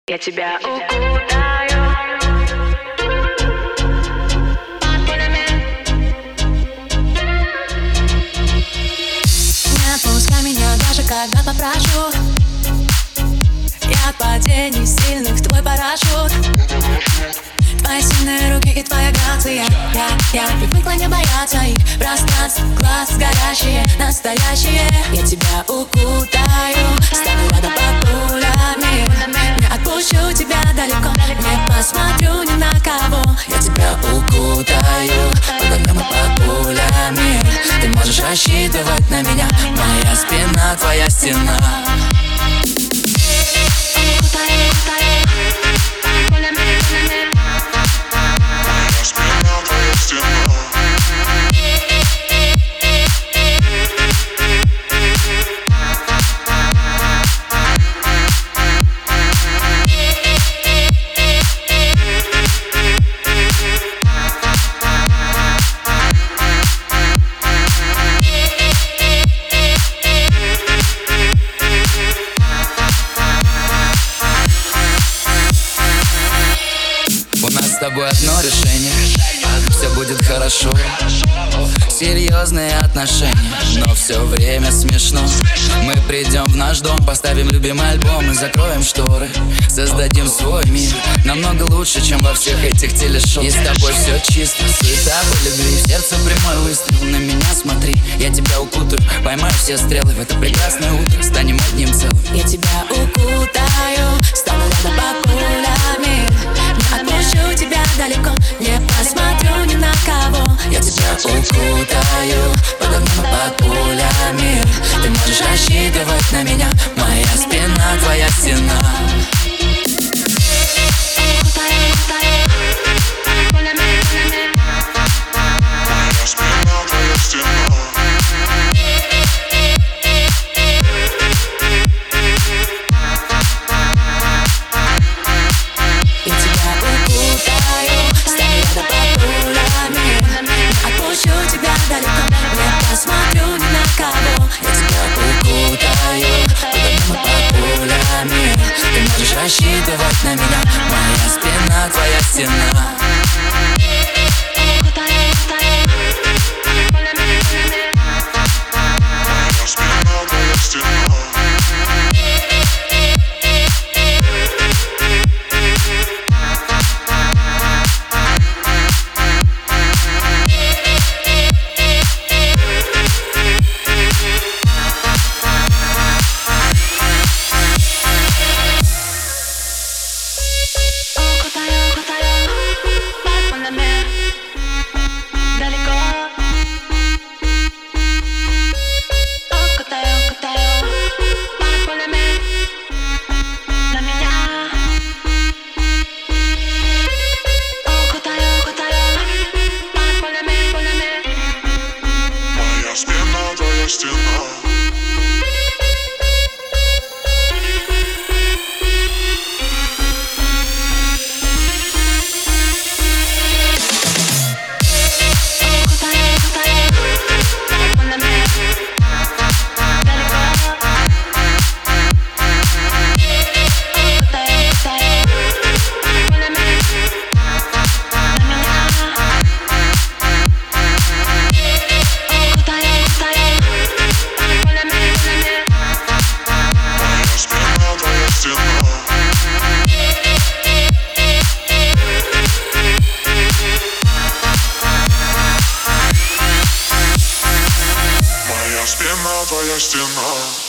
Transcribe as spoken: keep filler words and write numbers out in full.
Я тебя укутаю под полями. Не отпускай меня, даже когда попрошу. Я от падений сильных твой парашют. Твои сильные руки и твоя грация. Я, я привыкла не бояться их пространств. Глаз горящие, настоящие. Я тебя укутаю, стану рядом под пулями. Не отпущу тебя далеко, не посмотрю ни на кого. Я тебя укутаю под огнем и под пулями. Ты можешь рассчитывать на меня, моя спина, твоя стена. С тобой одно решение, все будет хорошо. Серьезные отношения, но все время смешно. Мы придем в наш дом, поставим любимый альбом и закроем шторы. Создадим свой мир, намного лучше, чем во всех этих телешоу. И с тобой все чисто, суета по любви. В сердце прямой выстрел, на меня смотри. Я тебя укутаю, поймаю все стрелы. В это прекрасное утро станем одним целым. Я тебя укутаю, стану рядом под пулями. Не отпущу тебя далеко, не посмотрю ни на кого. Я тебя укутаю под огнем и под пулями. Ты можешь рассчитывать на меня, моя спина, твоя стена. Рассчитывать на меня, моя спина, твоя стена. Твоя стена.